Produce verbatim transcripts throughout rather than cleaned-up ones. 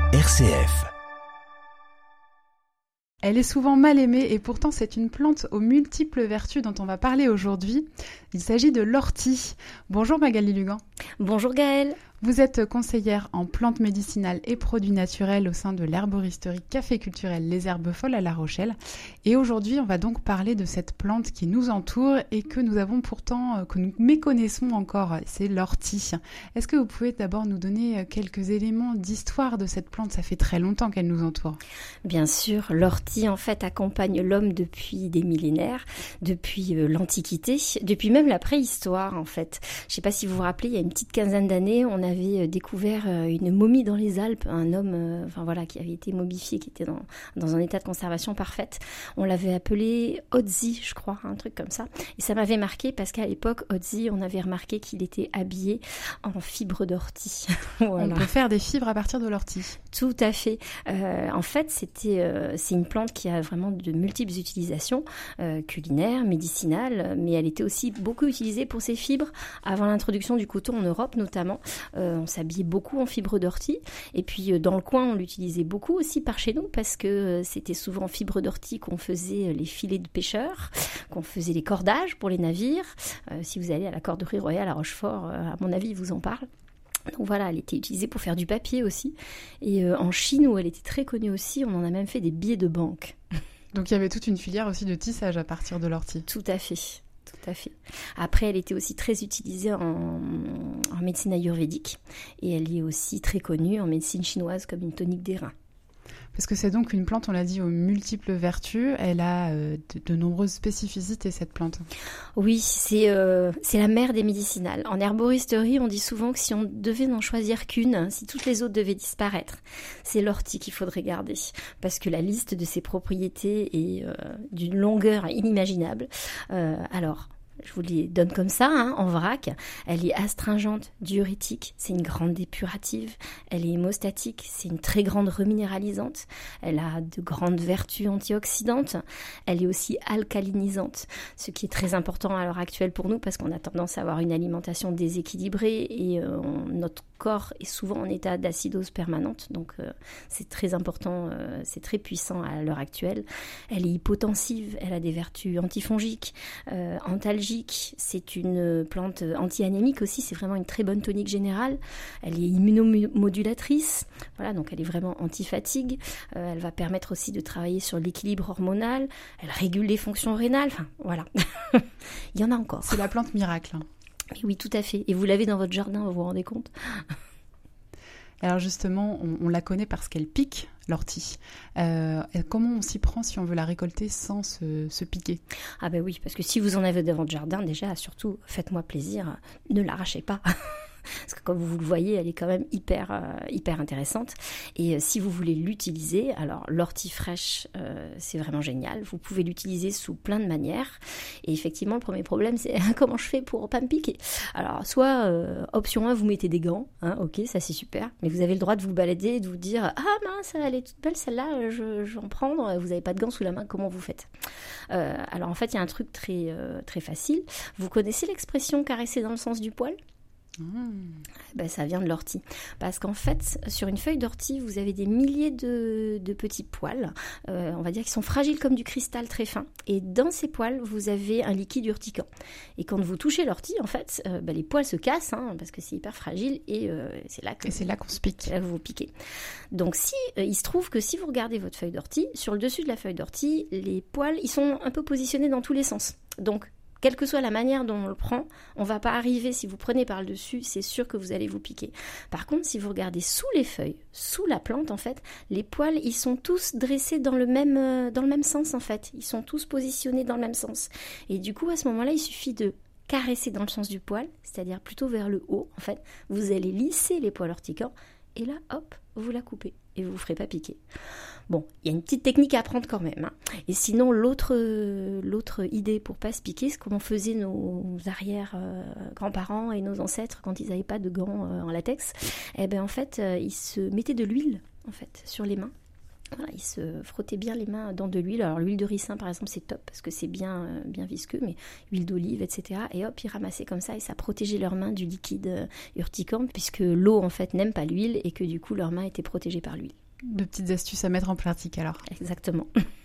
R C F. Elle est souvent mal aimée et pourtant c'est une plante aux multiples vertus dont on va parler aujourd'hui. Il s'agit de l'ortie. Bonjour Magali Lugan. Bonjour Gaëlle. Vous êtes conseillère en plantes médicinales et produits naturels au sein de l'herboristerie Café Culturel Les Herbes Folles à La Rochelle. Et aujourd'hui, on va donc parler de cette plante qui nous entoure et que nous avons pourtant, que nous méconnaissons encore, c'est l'ortie. Est-ce que vous pouvez d'abord nous donner quelques éléments d'histoire de cette plante ? Ça fait très longtemps qu'elle nous entoure. Bien sûr, l'ortie en fait accompagne l'homme depuis des millénaires, depuis euh, l'Antiquité, depuis même la préhistoire en fait. Je ne sais pas si vous vous rappelez, il y a une petite quinzaine d'années, on a avait découvert une momie dans les Alpes, un homme euh, enfin, voilà, qui avait été momifié, qui était dans, dans un état de conservation parfaite. On l'avait appelé Otzi, je crois, un truc comme ça. Et ça m'avait marqué parce qu'à l'époque, Otzi, on avait remarqué qu'il était habillé en fibres d'ortie. Voilà. On peut faire des fibres à partir de l'ortie. Tout à fait. Euh, en fait, c'était, euh, c'est une plante qui a vraiment de multiples utilisations euh, culinaires, médicinales, mais elle était aussi beaucoup utilisée pour ses fibres avant l'introduction du coton en Europe notamment. Euh, on s'habillait beaucoup en fibres d'ortie. Et puis euh, dans le coin, on l'utilisait beaucoup aussi par chez nous parce que euh, c'était souvent en fibres d'ortie qu'on faisait les filets de pêcheurs, qu'on faisait les cordages pour les navires. Euh, si vous allez à la Corderie Royale à Rochefort, euh, à mon avis, ils vous en parlent. Donc voilà, elle était utilisée pour faire du papier aussi. Et euh, en Chine, où elle était très connue aussi, on en a même fait des billets de banque. Donc il y avait toute une filière aussi de tissage à partir de l'ortie. Tout à fait. Tout à fait. Après, elle était aussi très utilisée en, en médecine ayurvédique et elle est aussi très connue en médecine chinoise comme une tonique des reins. Parce que c'est donc une plante, on l'a dit, aux multiples vertus. Elle a euh, de, de nombreuses spécificités, cette plante. Oui, c'est, euh, c'est la mère des médicinales. En herboristerie, on dit souvent que si on devait n'en choisir qu'une, si toutes les autres devaient disparaître, c'est l'ortie qu'il faudrait garder. Parce que la liste de ses propriétés est euh, d'une longueur inimaginable. Euh, alors... Je vous les donne comme ça, hein, en vrac. Elle est astringente, diurétique, c'est une grande dépurative. Elle est hémostatique, c'est une très grande reminéralisante. Elle a de grandes vertus antioxydantes. Elle est aussi alcalinisante, ce qui est très important à l'heure actuelle pour nous parce qu'on a tendance à avoir une alimentation déséquilibrée et euh, on, notre corps est souvent en état d'acidose permanente. Donc euh, c'est très important, euh, c'est très puissant à l'heure actuelle. Elle est hypotensive, elle a des vertus antifongiques, euh, antalgiques. C'est une plante anti-anémique aussi, c'est vraiment une très bonne tonique générale. Elle est immunomodulatrice, voilà, donc elle est vraiment anti-fatigue. Euh, elle va permettre aussi de travailler sur l'équilibre hormonal. Elle régule les fonctions rénales, enfin voilà. Il y en a encore. C'est la plante miracle. Hein. Mais oui, tout à fait. Et vous l'avez dans votre jardin, vous vous rendez compte ? Alors justement, on, on la connaît parce qu'elle pique, l'ortie. Euh, comment on s'y prend si on veut la récolter sans se, se piquer ? Ah ben oui, parce que si vous en avez dans votre jardin, déjà, surtout, faites-moi plaisir, ne l'arrachez pas. Parce que comme vous le voyez, elle est quand même hyper, euh, hyper intéressante. Et euh, si vous voulez l'utiliser, alors l'ortie fraîche, euh, c'est vraiment génial. Vous pouvez l'utiliser sous plein de manières. Et effectivement, le premier problème, c'est comment je fais pour pas me piquer. Alors, soit euh, option un, vous mettez des gants, hein, ok, ça c'est super. Mais vous avez le droit de vous balader et de vous dire « Ah mince, elle est toute belle celle-là, je, je vais en prendre. » Vous n'avez pas de gants sous la main, comment vous faites ? euh, Alors en fait, il y a un truc très, euh, très facile. Vous connaissez l'expression « caresser dans le sens du poil » ? Mmh. Ben, ça vient de l'ortie. Parce qu'en fait, sur une feuille d'ortie, vous avez des milliers de, de petits poils, euh, on va dire qu'ils sont fragiles comme du cristal très fin. Et dans ces poils, vous avez un liquide urticant. Et quand vous touchez l'ortie, en fait, euh, ben, les poils se cassent, hein, parce que c'est hyper fragile, et euh, c'est là que et c'est là qu'on se pique. C'est là que vous vous piquez. Donc, si, euh, il se trouve que si vous regardez votre feuille d'ortie, sur le dessus de la feuille d'ortie, les poils, ils sont un peu positionnés dans tous les sens. Donc, quelle que soit la manière dont on le prend, on ne va pas arriver, si vous prenez par le dessus, c'est sûr que vous allez vous piquer. Par contre, si vous regardez sous les feuilles, sous la plante en fait, les poils, ils sont tous dressés dans le même, euh, dans le même sens en fait. Ils sont tous positionnés dans le même sens. Et du coup, à ce moment-là, il suffit de caresser dans le sens du poil, c'est-à-dire plutôt vers le haut en fait. Vous allez lisser les poils urticants et là, hop, vous la coupez et vous ne vous ferez pas piquer. Bon, il y a une petite technique à apprendre quand même. Hein. Et sinon, l'autre, euh, l'autre idée pour ne pas se piquer, c'est comment faisaient nos arrière-grands-parents et nos ancêtres quand ils n'avaient pas de gants euh, en latex. Eh bien, en fait, euh, ils se mettaient de l'huile en fait, sur les mains. Voilà, il se frottait bien les mains dans de l'huile. Alors l'huile de ricin par exemple c'est top parce que c'est bien, euh, bien visqueux, mais huile d'olive, et cetera. Et hop, ils ramassaient comme ça et ça protégeait leurs mains du liquide euh, urticant puisque l'eau en fait n'aime pas l'huile et que du coup leurs mains étaient protégées par l'huile. De petites astuces à mettre en pratique alors. Exactement.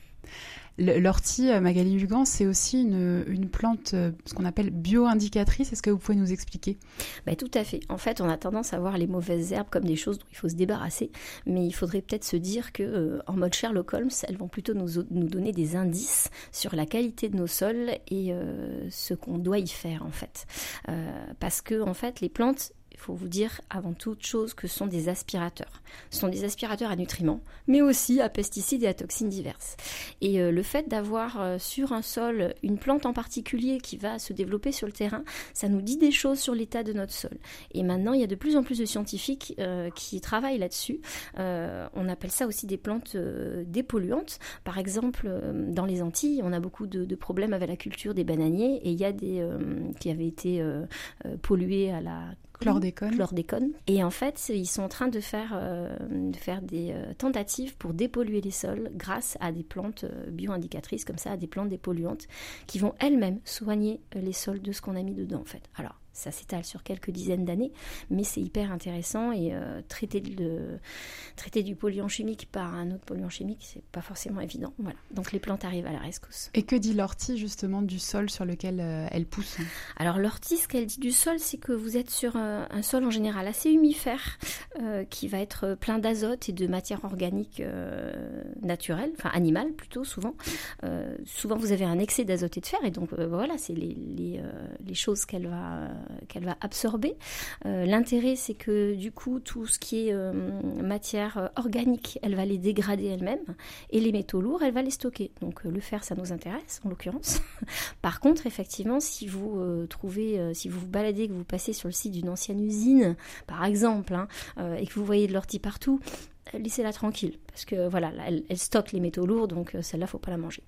L'ortie, Magali Hugan, c'est aussi une, une plante, ce qu'on appelle bio-indicatrice. Est-ce que vous pouvez nous expliquer ? Bah, tout à fait. En fait, on a tendance à voir les mauvaises herbes comme des choses dont il faut se débarrasser, mais il faudrait peut-être se dire que, euh, en mode Sherlock Holmes, elles vont plutôt nous, nous donner des indices sur la qualité de nos sols et euh, ce qu'on doit y faire en fait. Euh, parce que en fait, les plantes, il faut vous dire avant toute chose que ce sont des aspirateurs. Ce sont des aspirateurs à nutriments, mais aussi à pesticides et à toxines diverses. Et euh, le fait d'avoir euh, sur un sol une plante en particulier qui va se développer sur le terrain, ça nous dit des choses sur l'état de notre sol. Et maintenant, il y a de plus en plus de scientifiques euh, qui travaillent là-dessus. Euh, on appelle ça aussi des plantes euh, dépolluantes. Par exemple, euh, dans les Antilles, on a beaucoup de, de problèmes avec la culture des bananiers et il y a des euh, qui avaient été euh, euh, pollués à la Chlordécone. Chlordécone. Et en fait, ils sont en train de faire, euh, de faire des euh, tentatives pour dépolluer les sols grâce à des plantes euh, bio-indicatrices, comme ça, à des plantes dépolluantes qui vont elles-mêmes soigner les sols de ce qu'on a mis dedans, en fait. Alors, ça s'étale sur quelques dizaines d'années, mais c'est hyper intéressant et euh, traiter, de, traiter du polluant chimique par un autre polluant chimique, c'est pas forcément évident. Voilà. Donc les plantes arrivent à la rescousse. Et que dit l'ortie justement du sol sur lequel euh, elle pousse ? Alors l'ortie, ce qu'elle dit du sol, c'est que vous êtes sur un, un sol en général assez humifère, euh, qui va être plein d'azote et de matière organique euh, naturelle, enfin animale plutôt souvent. Euh, souvent vous avez un excès d'azote et de fer et donc euh, voilà, c'est les, les, euh, les choses qu'elle va... Euh, qu'elle va absorber. Euh, l'intérêt, c'est que du coup, tout ce qui est euh, matière euh, organique, elle va les dégrader elle-même, et les métaux lourds, elle va les stocker. Donc euh, le fer, ça nous intéresse, en l'occurrence. Par contre, effectivement, si vous euh, trouvez, euh, si vous vous baladez, que vous passez sur le site d'une ancienne usine, par exemple, hein, euh, et que vous voyez de l'ortie partout, laissez-la tranquille, parce que voilà, elle, elle stocke les métaux lourds, donc euh, celle-là, faut pas la manger.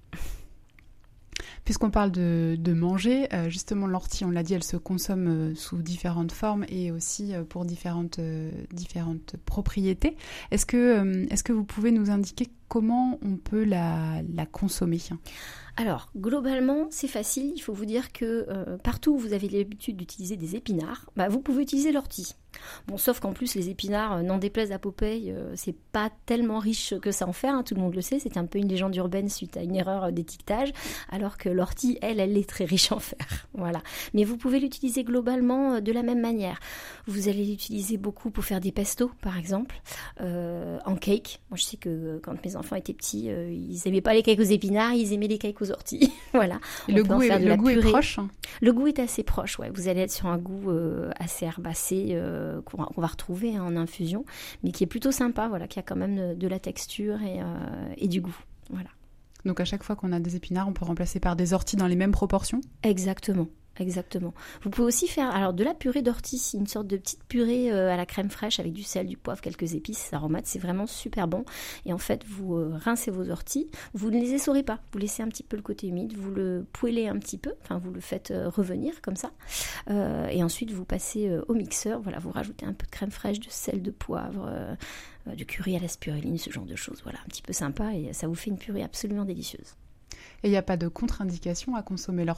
Puisqu'on parle de, de manger, euh, justement l'ortie, on l'a dit, elle se consomme euh, sous différentes formes et aussi euh, pour différentes, euh, différentes propriétés. Est-ce que, euh, est-ce que vous pouvez nous indiquer comment on peut la, la consommer ? Alors, globalement, c'est facile. Il faut vous dire que euh, partout où vous avez l'habitude d'utiliser des épinards, bah, vous pouvez utiliser l'ortie. Bon, sauf qu'en plus, les épinards, euh, n'en déplaise à Popeye, euh, c'est pas tellement riche que ça en fer, hein, tout le monde le sait, c'est un peu une légende urbaine suite à une erreur d'étiquetage, alors que l'ortie, elle, elle est très riche en fer. Voilà. Mais vous pouvez l'utiliser globalement euh, de la même manière. Vous allez l'utiliser beaucoup pour faire des pestos, par exemple, euh, en cake. Moi, je sais que euh, quand mes enfants étaient petits, euh, ils aimaient pas les cakes aux épinards, ils aimaient les cakes aux orties. Voilà. Le goût, est, le goût est proche. Le goût est assez proche, ouais. Vous allez être sur un goût euh, assez herbacé, euh, Qu'on va, qu'on va retrouver hein, en infusion, mais qui est plutôt sympa, voilà, qui a quand même de, de la texture et, euh, et du goût. Voilà. Donc à chaque fois qu'on a des épinards, on peut remplacer par des orties dans les mêmes proportions ? Exactement. Exactement. Vous pouvez aussi faire alors de la purée d'ortie, une sorte de petite purée euh, à la crème fraîche avec du sel, du poivre, quelques épices aromates, c'est vraiment super bon. Et en fait, vous euh, rincez vos orties, vous ne les essorez pas, vous laissez un petit peu le côté humide, vous le poêlez un petit peu, enfin vous le faites euh, revenir comme ça. Euh, et ensuite, vous passez euh, au mixeur, voilà, vous rajoutez un peu de crème fraîche, de sel, de poivre, euh, euh, du curry à la spiruline, ce genre de choses. Voilà, un petit peu sympa et ça vous fait une purée absolument délicieuse. Et il n'y a pas de contre-indication à consommer l'ortie ?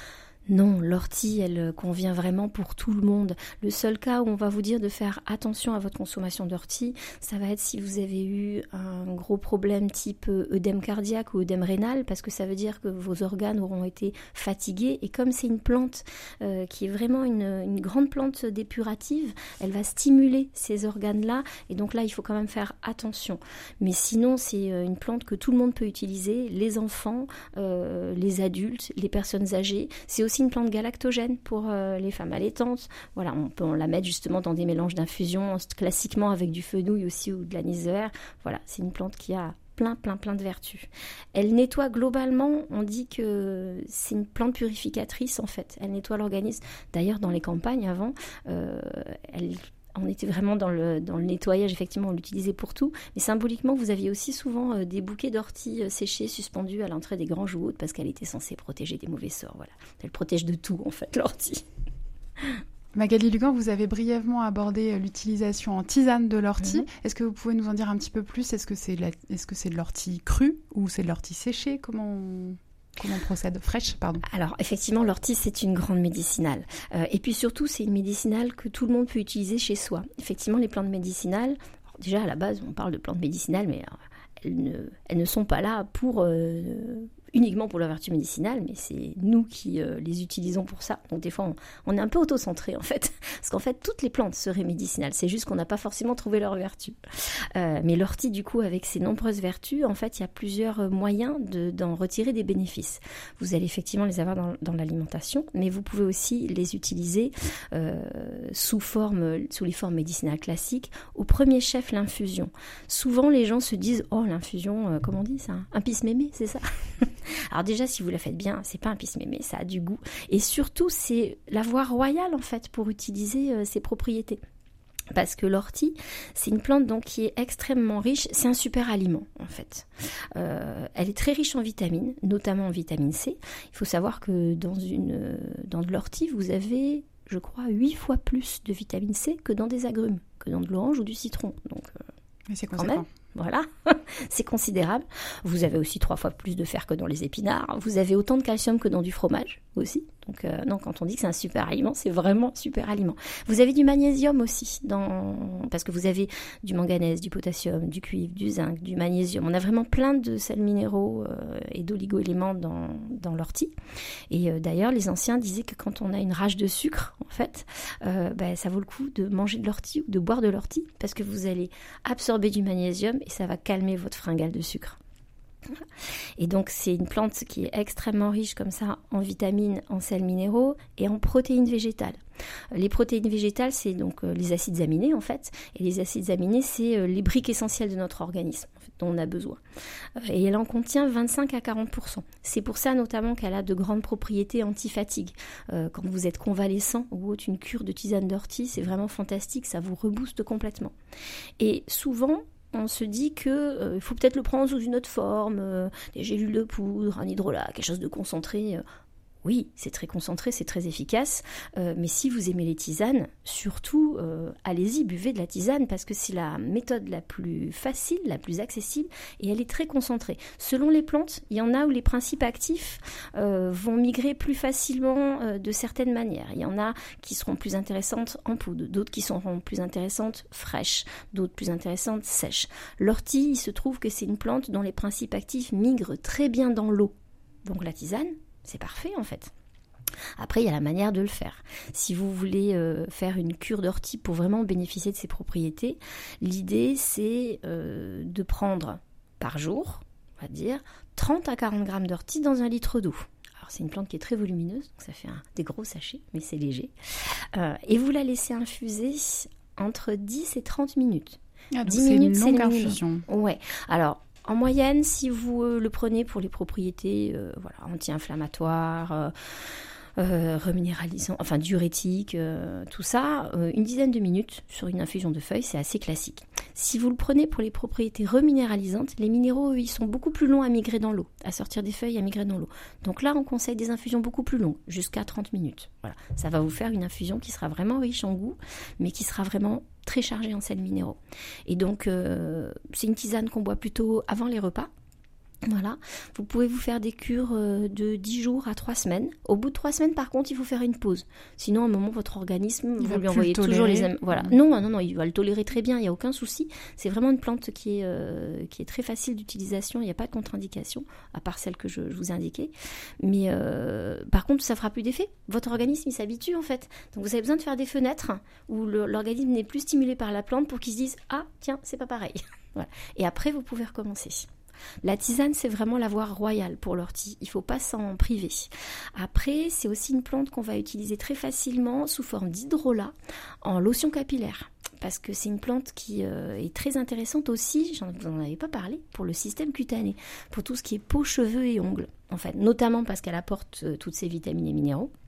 Non, l'ortie, elle convient vraiment pour tout le monde. Le seul cas où on va vous dire de faire attention à votre consommation d'ortie, ça va être si vous avez eu un gros problème type œdème cardiaque ou œdème rénal, parce que ça veut dire que vos organes auront été fatigués. Et comme c'est une plante euh, qui est vraiment une, une grande plante dépurative, elle va stimuler ces organes-là. Et donc là, il faut quand même faire attention. Mais sinon, c'est une plante que tout le monde peut utiliser, les enfants, euh, les adultes, les personnes âgées. C'est aussi une plante galactogène pour euh, les femmes allaitantes. Voilà, on peut la mettre justement dans des mélanges d'infusion, classiquement avec du fenouil aussi ou de l'anis vert. Voilà, c'est une plante qui a plein, plein, plein de vertus. Elle nettoie globalement, on dit que c'est une plante purificatrice en fait. Elle nettoie l'organisme. D'ailleurs, dans les campagnes avant, euh, elle... on était vraiment dans le, dans le nettoyage, effectivement, on l'utilisait pour tout. Mais symboliquement, vous aviez aussi souvent euh, des bouquets d'orties euh, séchées, suspendus à l'entrée des grands jouhoutes, parce qu'elle était censée protéger des mauvais sorts. Voilà. Elle protège de tout, en fait, l'ortie. Magali Lugan, vous avez brièvement abordé l'utilisation en tisane de l'ortie. Mmh. Est-ce que vous pouvez nous en dire un petit peu plus ? Est-ce que c'est de, la... Est-ce que c'est de l'ortie crue ou c'est de l'ortie séchée ? Comment on... Comment on procède ? Fraîche, pardon. Alors, effectivement, l'ortie, c'est une grande médicinale. Euh, et puis surtout, c'est une médicinale que tout le monde peut utiliser chez soi. Effectivement, les plantes médicinales, alors déjà à la base, on parle de plantes médicinales, mais euh, elles, ne, elles ne sont pas là pour... Euh, uniquement pour leur vertu médicinale, mais c'est nous qui euh, les utilisons pour ça. Donc des fois, on, on est un peu auto-centré en fait, parce qu'en fait, toutes les plantes seraient médicinales. C'est juste qu'on n'a pas forcément trouvé leur vertu. Euh, mais l'ortie, du coup, avec ses nombreuses vertus, en fait, il y a plusieurs moyens de, d'en retirer des bénéfices. Vous allez effectivement les avoir dans, dans l'alimentation, mais vous pouvez aussi les utiliser euh, sous forme, sous les formes médicinales classiques. Au premier chef, l'infusion. Souvent, les gens se disent, oh, l'infusion, euh, comment on dit ça ? Un pisse-mémé, c'est ça ? Alors déjà, si vous la faites bien, c'est pas un pisse-mémé, ça a du goût. Et surtout, c'est la voie royale, en fait, pour utiliser euh, ses propriétés. Parce que l'ortie, c'est une plante donc, qui est extrêmement riche. C'est un super aliment, en fait. Euh, elle est très riche en vitamines, notamment en vitamine C. Il faut savoir que dans, une, dans de l'ortie, vous avez, je crois, huit fois plus de vitamine C que dans des agrumes, que dans de l'orange ou du citron. Donc, euh, Mais c'est conséquent. Quand même. Voilà, c'est considérable. Vous avez aussi trois fois plus de fer que dans les épinards. Vous avez autant de calcium que dans du fromage aussi. Donc euh, non, quand on dit que c'est un super aliment, c'est vraiment super aliment. Vous avez du magnésium aussi, dans... parce que vous avez du manganèse, du potassium, du cuivre, du zinc, du magnésium. On a vraiment plein de sels minéraux euh, et d'oligo-éléments dans, dans l'ortie. Et euh, d'ailleurs, les anciens disaient que quand on a une rage de sucre, en fait, euh, bah, ça vaut le coup de manger de l'ortie ou de boire de l'ortie, parce que vous allez absorber du magnésium et ça va calmer votre fringale de sucre. Et donc c'est une plante qui est extrêmement riche comme ça en vitamines, en sels minéraux et en protéines végétales. Les protéines végétales, c'est donc euh, les acides aminés en fait, et les acides aminés, c'est euh, les briques essentielles de notre organisme en fait, dont on a besoin. Euh, et elle en contient vingt-cinq à quarante pour cent. C'est pour ça notamment qu'elle a de grandes propriétés anti-fatigue. Euh, quand vous êtes convalescent ou autre, une cure de tisane d'ortie, c'est vraiment fantastique, ça vous rebooste complètement. Et souvent, on se dit qu'il euh, faut peut-être le prendre sous une autre forme, euh, des gélules de poudre, un hydrolat, quelque chose de concentré. Euh. Oui, c'est très concentré, c'est très efficace, euh, mais si vous aimez les tisanes, surtout, euh, allez-y, buvez de la tisane, parce que c'est la méthode la plus facile, la plus accessible, et elle est très concentrée. Selon les plantes, il y en a où les principes actifs euh, vont migrer plus facilement euh, de certaines manières. Il y en a qui seront plus intéressantes en poudre, d'autres qui seront plus intéressantes fraîches, d'autres plus intéressantes sèches. L'ortie, il se trouve que c'est une plante dont les principes actifs migrent très bien dans l'eau. Donc la tisane, c'est parfait en fait. Après, il y a la manière de le faire. Si vous voulez euh, faire une cure d'ortie pour vraiment bénéficier de ses propriétés, l'idée c'est euh, de prendre par jour, on va dire, trente à quarante grammes d'ortie dans un litre d'eau. Alors c'est une plante qui est très volumineuse, donc ça fait un, des gros sachets, mais c'est léger. Euh, et vous la laissez infuser entre dix et trente minutes. Ah, donc dix c'est minutes, une longue c'est infusion. Ouais. Alors, en moyenne, si vous euh, le prenez pour les propriétés euh, voilà, anti-inflammatoires, euh, euh, reminéralisants, enfin diurétiques, euh, tout ça, euh, une dizaine de minutes sur une infusion de feuilles, c'est assez classique. Si vous le prenez pour les propriétés reminéralisantes, les minéraux, eux, ils sont beaucoup plus longs à migrer dans l'eau, à sortir des feuilles et à migrer dans l'eau. Donc là, on conseille des infusions beaucoup plus longues, jusqu'à trente minutes. Voilà. Ça va vous faire une infusion qui sera vraiment riche en goût, mais qui sera vraiment très chargée en sels minéraux. Et donc, euh, c'est une tisane qu'on boit plutôt avant les repas. Voilà, vous pouvez vous faire des cures de dix jours à trois semaines. Au bout de trois semaines, par contre, il faut faire une pause. Sinon, à un moment, votre organisme, il vous lui envoyez toujours les... Voilà. Mmh. Non, non, non, il va le tolérer très bien, il n'y a aucun souci. C'est vraiment une plante qui est, euh, qui est très facile d'utilisation, il n'y a pas de contre-indication, à part celle que je, je vous ai indiquée. Mais euh, par contre, ça ne fera plus d'effet. Votre organisme, il s'habitue, en fait. Donc, vous avez besoin de faire des fenêtres où le, l'organisme n'est plus stimulé par la plante pour qu'il se dise « Ah, tiens, c'est pas pareil. » Voilà. Et après, vous pouvez recommencer. La tisane, c'est vraiment la voie royale pour l'ortie. Il ne faut pas s'en priver. Après, c'est aussi une plante qu'on va utiliser très facilement sous forme d'hydrolat en lotion capillaire. Parce que c'est une plante qui euh, est très intéressante aussi, j'en, vous n'en avez pas parlé, pour le système cutané, pour tout ce qui est peau, cheveux et ongles. En fait, notamment parce qu'elle apporte euh, toutes ces vitamines et minéraux.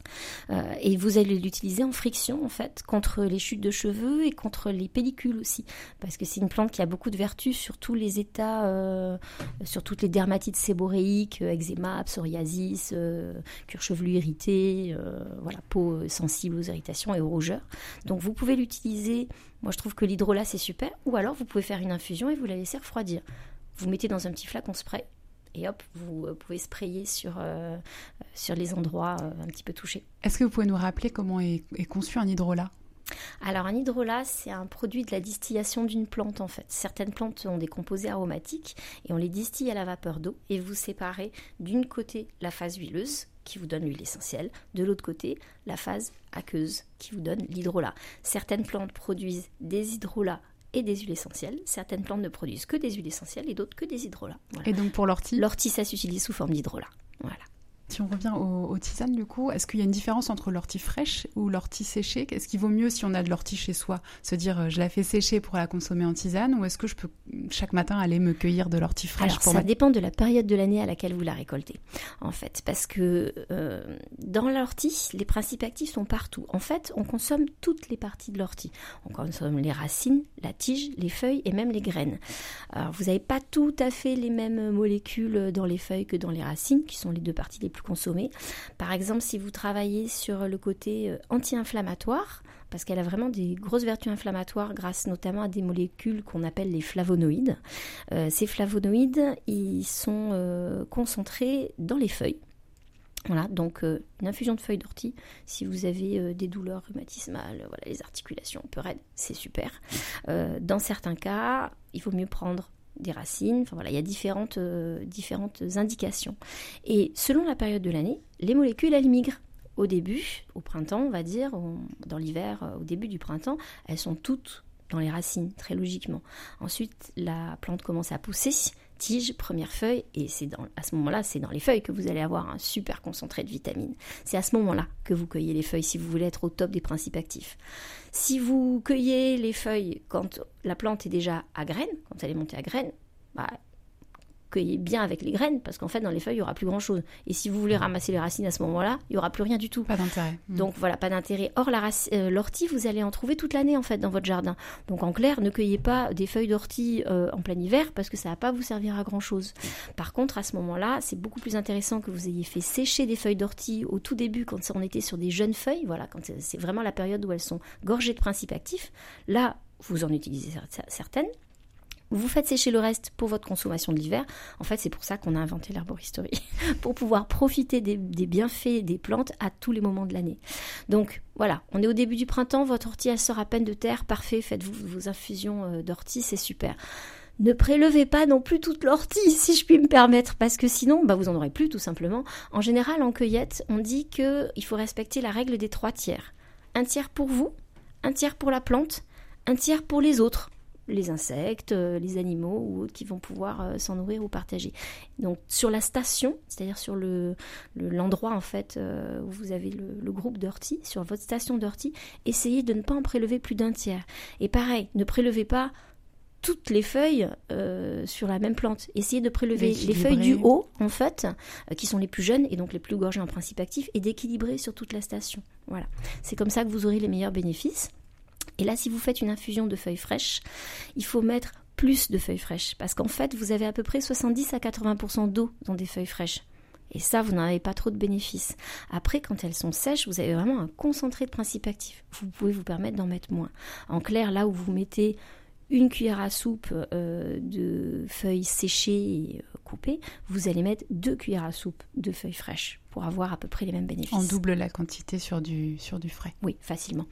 Euh, et vous allez l'utiliser en friction en fait contre les chutes de cheveux et contre les pellicules aussi, parce que c'est une plante qui a beaucoup de vertus sur tous les états, euh, sur toutes les dermatites séboréiques, euh, eczéma, psoriasis, euh, cuir chevelu irrité, euh, voilà, peau sensible aux irritations et aux rougeurs. Donc vous pouvez l'utiliser. Moi je trouve que l'hydrolat c'est super, ou alors vous pouvez faire une infusion et vous la laissez refroidir. Vous mettez dans un petit flacon spray. Et hop, vous pouvez sprayer sur, euh, sur les endroits euh, un petit peu touchés. Est-ce que vous pouvez nous rappeler comment est, est conçu un hydrolat ? Alors un hydrolat, c'est un produit de la distillation d'une plante en fait. Certaines plantes ont des composés aromatiques et on les distille à la vapeur d'eau et vous séparez d'une côté la phase huileuse qui vous donne l'huile essentielle, de l'autre côté la phase aqueuse qui vous donne l'hydrolat. Certaines plantes produisent des hydrolats et des huiles essentielles. Certaines plantes ne produisent que des huiles essentielles et d'autres que des hydrolats. Voilà. Et donc pour l'ortie ? L'ortie, ça s'utilise sous forme d'hydrolat. Voilà. Si on revient aux, aux tisanes, du coup, est-ce qu'il y a une différence entre l'ortie fraîche ou l'ortie séchée ? Est-ce qu'il vaut mieux, si on a de l'ortie chez soi, se dire euh, je la fais sécher pour la consommer en tisane, ou est-ce que je peux chaque matin aller me cueillir de l'ortie fraîche ? Alors, pour ça mettre... dépend de la période de l'année à laquelle vous la récoltez, en fait, parce que euh, dans l'ortie, les principes actifs sont partout. En fait, on consomme toutes les parties de l'ortie. On consomme les racines, la tige, les feuilles et même les graines. Alors, vous n'avez pas tout à fait les mêmes molécules dans les feuilles que dans les racines, qui sont les deux parties les plus consommées. Par exemple, si vous travaillez sur le côté anti-inflammatoire, parce qu'elle a vraiment des grosses vertus inflammatoires grâce notamment à des molécules qu'on appelle les flavonoïdes. Euh, ces flavonoïdes, ils sont euh, concentrés dans les feuilles. Voilà, donc euh, une infusion de feuilles d'ortie, si vous avez euh, des douleurs rhumatismales, voilà, les articulations un peu raides, c'est super. Euh, dans certains cas, il vaut mieux prendre des racines, enfin voilà, il y a différentes, euh, différentes indications. Et selon la période de l'année, les molécules, elles migrent. Au début, au printemps, on va dire, on, dans l'hiver, euh, au début du printemps, elles sont toutes dans les racines, très logiquement. Ensuite, la plante commence à pousser, tige, première feuille, et c'est dans, à ce moment-là, c'est dans les feuilles que vous allez avoir un super concentré de vitamines. C'est à ce moment-là que vous cueillez les feuilles si vous voulez être au top des principes actifs. Si vous cueillez les feuilles quand la plante est déjà à graines, quand elle est montée à graines, bah, cueillez bien avec les graines, parce qu'en fait, dans les feuilles, il n'y aura plus grand-chose. Et si vous voulez ramasser les racines à ce moment-là, il n'y aura plus rien du tout. Pas d'intérêt. Mmh. Donc voilà, pas d'intérêt. Or, la rac- euh, l'ortie, vous allez en trouver toute l'année, en fait, dans votre jardin. Donc en clair, ne cueillez pas des feuilles d'ortie euh, en plein hiver, parce que ça ne va pas vous servir à grand-chose. Par contre, à ce moment-là, c'est beaucoup plus intéressant que vous ayez fait sécher des feuilles d'ortie au tout début, quand on était sur des jeunes feuilles, voilà, quand c'est, c'est vraiment la période où elles sont gorgées de principes actifs. Là, vous en utilisez certaines. Vous faites sécher le reste pour votre consommation de l'hiver. En fait, c'est pour ça qu'on a inventé l'herboristerie, pour pouvoir profiter des, des bienfaits des plantes à tous les moments de l'année. Donc voilà, on est au début du printemps, votre ortie elle sort à peine de terre, parfait, faites-vous vos infusions d'ortie, c'est super. Ne prélevez pas non plus toute l'ortie, si je puis me permettre, parce que sinon, bah, vous n'en aurez plus tout simplement. En général, en cueillette, on dit qu'il faut respecter la règle des trois tiers. Un tiers pour vous, un tiers pour la plante, un tiers pour les autres. Les insectes, euh, les animaux ou autres qui vont pouvoir euh, s'en nourrir ou partager. Donc sur la station, c'est-à-dire sur le, le, l'endroit en fait euh, où vous avez le, le groupe d'ortie, sur votre station d'ortie, essayez de ne pas en prélever plus d'un tiers. Et pareil, ne prélevez pas toutes les feuilles euh, sur la même plante. Essayez de prélever les feuilles du haut, en fait, euh, qui sont les plus jeunes et donc les plus gorgées en principes actifs, et d'équilibrer sur toute la station. Voilà. C'est comme ça que vous aurez les meilleurs bénéfices. Et là, si vous faites une infusion de feuilles fraîches, il faut mettre plus de feuilles fraîches, parce qu'en fait, vous avez à peu près soixante-dix à quatre-vingts pour cent d'eau dans des feuilles fraîches. Et ça, vous n'en avez pas trop de bénéfices. Après, quand elles sont sèches, vous avez vraiment un concentré de principes actifs. Vous pouvez vous permettre d'en mettre moins. En clair, là où vous mettez une cuillère à soupe euh, de feuilles séchées et euh, coupées, vous allez mettre deux cuillères à soupe de feuilles fraîches pour avoir à peu près les mêmes bénéfices. On double la quantité sur du, sur du frais. Oui, facilement.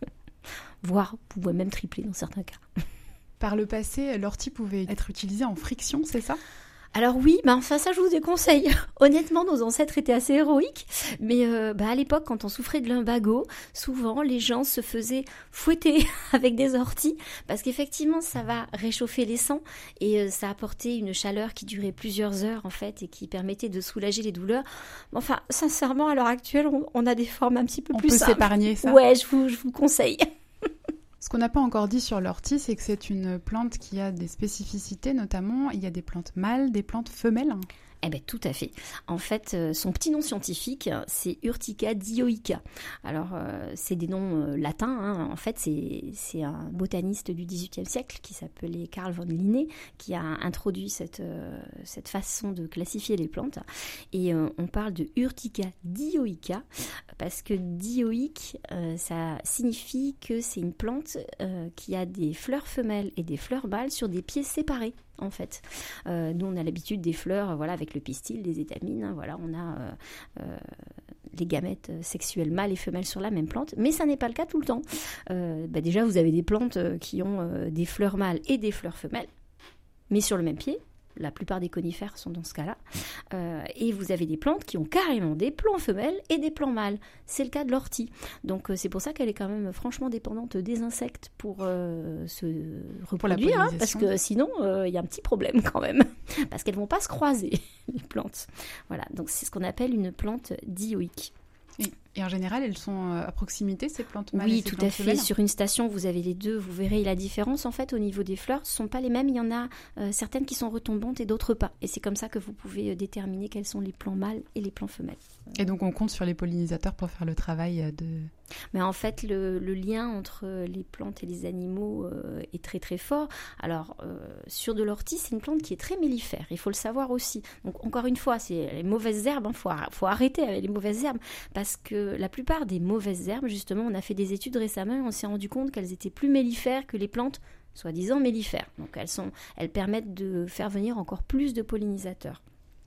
Voire, vous pouvez même tripler dans certains cas. Par le passé, l'ortie pouvait être utilisée en friction, c'est ça ? Alors oui, bah enfin ça je vous déconseille. Honnêtement, nos ancêtres étaient assez héroïques, mais euh, bah à l'époque, quand on souffrait de lumbago, souvent les gens se faisaient fouetter avec des orties, parce qu'effectivement ça va réchauffer les sangs et euh, ça apportait une chaleur qui durait plusieurs heures en fait et qui permettait de soulager les douleurs. Enfin, sincèrement, à l'heure actuelle, on, on a des formes un petit peu on plus simples. On peut s'épargner ça. Ouais, je vous, je vous conseille. Ce qu'on n'a pas encore dit sur l'ortie, c'est que c'est une plante qui a des spécificités, notamment il y a des plantes mâles, des plantes femelles. Eh bien, tout à fait. En fait, euh, son petit nom scientifique, c'est Urtica dioica. Alors, euh, c'est des noms euh, latins. Hein. En fait, c'est, c'est un botaniste du dix-huitième siècle qui s'appelait Carl von Linné qui a introduit cette, euh, cette façon de classifier les plantes. Et euh, on parle de Urtica dioica parce que dioïque, euh, ça signifie que c'est une plante euh, qui a des fleurs femelles et des fleurs mâles sur des pieds séparés. En fait, euh, nous on a l'habitude des fleurs, voilà, avec le pistil, les étamines, hein, voilà, on a euh, euh, les gamètes sexuelles mâles et femelles sur la même plante, mais ça n'est pas le cas tout le temps. Euh, bah déjà, vous avez des plantes qui ont euh, des fleurs mâles et des fleurs femelles, mais sur le même pied. La plupart des conifères sont dans ce cas-là. Euh, et vous avez des plantes qui ont carrément des plants femelles et des plants mâles. C'est le cas de l'ortie. Donc euh, c'est pour ça qu'elle est quand même franchement dépendante des insectes pour euh, se reproduire. Hein, parce que sinon, il euh, y a un petit problème quand même. Parce qu'elles ne vont pas se croiser, les plantes. Voilà, donc c'est ce qu'on appelle une plante dioïque. Et, et en général, elles sont à proximité, ces plantes mâles Oui, et ces tout plantes à fait. femelles. Sur une station, vous avez les deux. Vous verrez la différence, en fait, au niveau des fleurs. Ce ne sont pas les mêmes. Il y en a euh, certaines qui sont retombantes et d'autres pas. Et c'est comme ça que vous pouvez déterminer quels sont les plants mâles et les plants femelles. Et donc, on compte sur les pollinisateurs pour faire le travail de... Mais en fait, le, le lien entre les plantes et les animaux euh, est très très fort. Alors, euh, sur de l'ortie, c'est une plante qui est très mellifère. Il faut le savoir aussi. Donc, encore une fois, c'est les mauvaises herbes. Il hein, faut, faut arrêter avec les mauvaises herbes. Parce que la plupart des mauvaises herbes, justement, on a fait des études récemment et on s'est rendu compte qu'elles étaient plus mellifères que les plantes soi-disant mellifères. Donc, elles, sont, elles permettent de faire venir encore plus de pollinisateurs.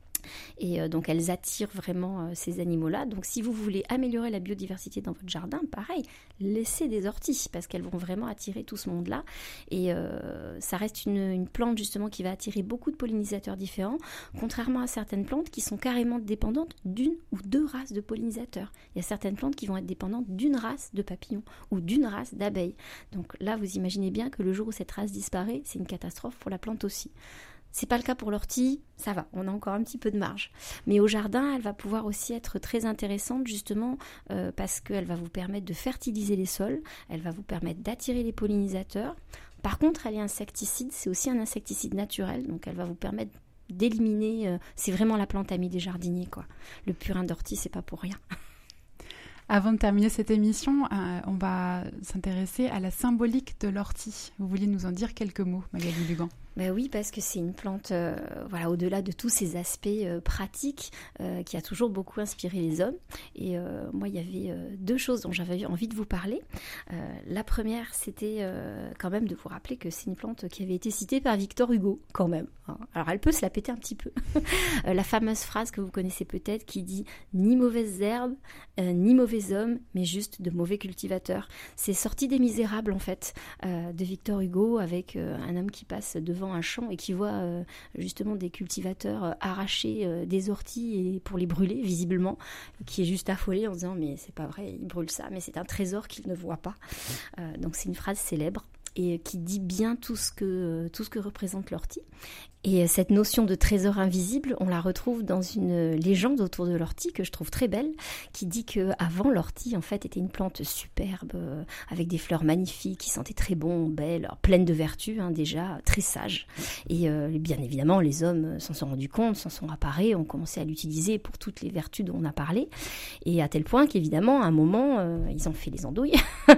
Et euh, donc elles attirent vraiment euh, ces animaux-là. Donc si vous voulez améliorer la biodiversité dans votre jardin, pareil, laissez des orties parce qu'elles vont vraiment attirer tout ce monde-là. Et euh, ça reste une, une plante justement qui va attirer beaucoup de pollinisateurs différents, contrairement à certaines plantes qui sont carrément dépendantes d'une ou deux races de pollinisateurs. Il y a certaines plantes qui vont être dépendantes d'une race de papillons ou d'une race d'abeilles. Donc là, vous imaginez bien que le jour où cette race disparaît, c'est une catastrophe pour la plante aussi. C'est pas le cas pour l'ortie, ça va, on a encore un petit peu de marge. Mais au jardin, elle va pouvoir aussi être très intéressante justement euh, parce qu'elle va vous permettre de fertiliser les sols, elle va vous permettre d'attirer les pollinisateurs. Par contre, elle est insecticide, c'est aussi un insecticide naturel, donc elle va vous permettre d'éliminer, euh, c'est vraiment la plante amie des jardiniers, quoi. Le purin d'ortie, c'est pas pour rien. Avant de terminer cette émission, euh, on va s'intéresser à la symbolique de l'ortie. Vous vouliez nous en dire quelques mots, Magali Lugan? Ben oui, parce que c'est une plante, euh, voilà, au-delà de tous ces aspects euh, pratiques, euh, qui a toujours beaucoup inspiré les hommes. Et euh, moi, il y avait euh, deux choses dont j'avais envie de vous parler. Euh, la première, c'était euh, quand même de vous rappeler que c'est une plante qui avait été citée par Victor Hugo, quand même. Hein. Alors, elle peut se la péter un petit peu. euh, la fameuse phrase que vous connaissez peut-être qui dit « Ni mauvaises herbes, euh, ni mauvais hommes, mais juste de mauvais cultivateurs ». C'est sorti des Misérables, en fait, euh, de Victor Hugo, avec euh, un homme qui passe devant un champ et qui voit euh, justement des cultivateurs euh, arracher euh, des orties et pour les brûler visiblement, qui est juste affolé en disant mais c'est pas vrai, ils brûlent ça, mais c'est un trésor qu'ils ne voient pas. Euh, donc c'est une phrase célèbre et qui dit bien tout ce que, tout ce que représente l'ortie. Et cette notion de trésor invisible, on la retrouve dans une légende autour de l'ortie que je trouve très belle, qui dit qu'avant l'ortie, en fait, était une plante superbe, euh, avec des fleurs magnifiques, qui sentaient très bon, belle, pleine de vertus, hein, déjà, très sage. Et euh, bien évidemment, les hommes s'en sont rendus compte, s'en sont apparés, ont commencé à l'utiliser pour toutes les vertus dont on a parlé, et à tel point qu'évidemment, à un moment, euh, ils ont fait les andouilles,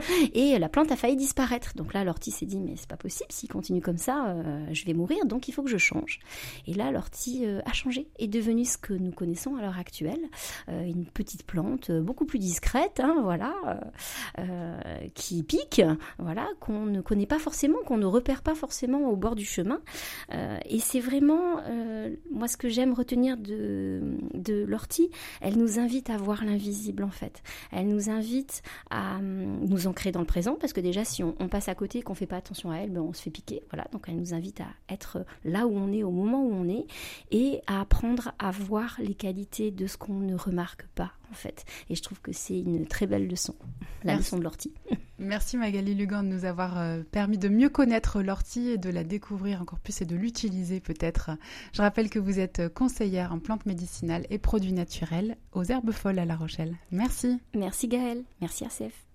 et la plante a failli disparaître. Donc là, l'ortie s'est dit, mais c'est pas possible, s'il continue comme ça, euh, je vais mourir, donc il faut que je change. Et là, l'ortie euh, a changé, est devenue ce que nous connaissons à l'heure actuelle, euh, une petite plante euh, beaucoup plus discrète, hein, voilà, euh, euh, qui pique, voilà, qu'on ne connaît pas forcément, qu'on ne repère pas forcément au bord du chemin. Euh, et c'est vraiment, euh, moi, ce que j'aime retenir de, de l'ortie, elle nous invite à voir l'invisible, en fait. Elle nous invite à um, nous ancrer dans le présent, parce que déjà, si on, on passe à côté et qu'on ne fait pas attention à elle, ben, on se fait piquer, voilà. Donc, elle nous invite à être là où on est, au moment où on est, et à apprendre à voir les qualités de ce qu'on ne remarque pas, en fait. Et je trouve que c'est une très belle leçon, la Merci. leçon de l'ortie. Merci Magali Lugan de nous avoir euh, permis de mieux connaître l'ortie et de la découvrir encore plus et de l'utiliser peut-être. Je rappelle que vous êtes conseillère en plantes médicinales et produits naturels aux Herbes Folles à La Rochelle. Merci. Merci Gaëlle, merci R C F.